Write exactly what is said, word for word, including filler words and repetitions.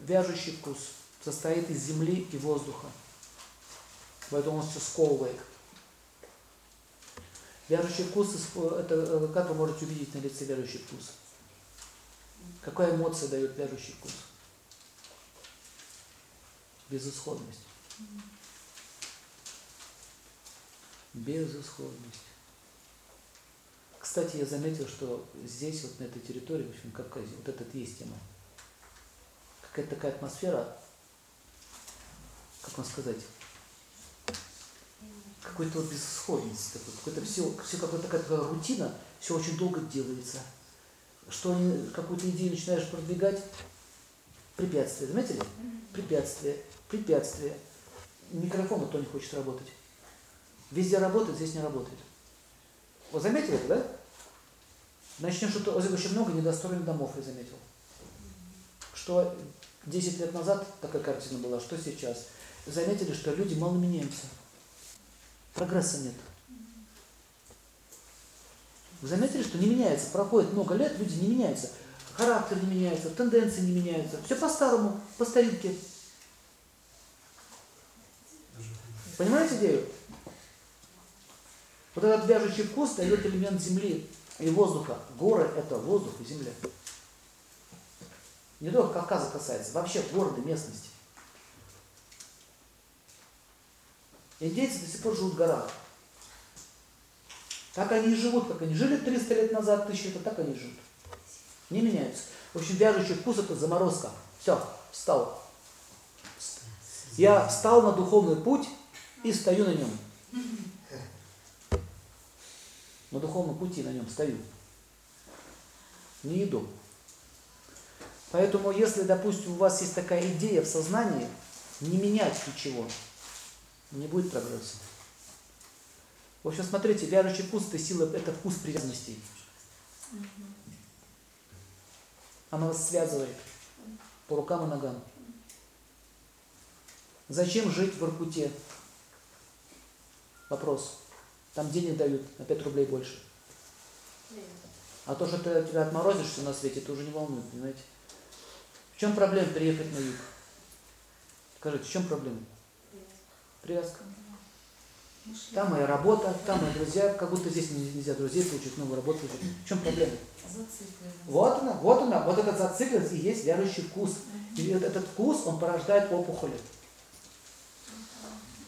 вяжущий вкус состоит из земли и воздуха. Поэтому он все сковывает. Вяжущий вкус, это как вы можете увидеть на лице вяжущий вкус? Какая эмоция дает вяжущий вкус? Безысходность. Безысходность. Кстати, я заметил, что здесь, вот на этой территории, в общем, Кавказе, вот этот есть тема. Какая-то такая атмосфера, как вам сказать, какой-то вот безысходность, какой-то все, все какая-то такая рутина, все очень долго делается. Что они какую-то идею начинаешь продвигать, препятствие, заметили? Препятствие, препятствие. Микрофон то не хочет работать. Везде работает, здесь не работает. Вы заметили это, да? Начнем, что очень много недостроенных домов, я заметил. Что десять лет назад такая картина была, что сейчас. Заметили, что люди мало меняются. Прогресса нет. Вы заметили, что не меняется? Проходит много лет, люди не меняются. Характер не меняется, тенденции не меняются. Все по-старому, по старинке. Понимаете идею? Вот этот вяжущий вкус дает элемент земли и воздуха. Горы – это воздух и земля. Не только Кавказа касается, вообще города, местности. Индейцы до сих пор живут в горах. Так они и живут, как они жили триста лет назад, тысячу лет, так они живут. Не меняются. В общем, вяжущий вкус – это заморозка. Все, встал. Я встал на духовный путь и стою на нем. На духовном пути на нем стою. Не иду. Поэтому, если, допустим, у вас есть такая идея в сознании, не менять ничего, не будет прогресса. В общем, смотрите, вяжущий вкус – это сила, это вкус привязанностей. Она вас связывает по рукам и ногам. Зачем жить в Иркуте? Вопрос. Там денег дают на пять рублей больше. А то, что ты тебя отморозишься на свете, это уже не волнует, понимаете? В чем проблема приехать на юг? Скажите, в чем проблема? Привязка. Там моя работа, там мои друзья, как будто здесь нельзя друзей получить, новую работу получить. В чем проблема? Вот она, вот она, вот этот зацикленность и есть вяжущий вкус. И этот вкус, он порождает опухоли.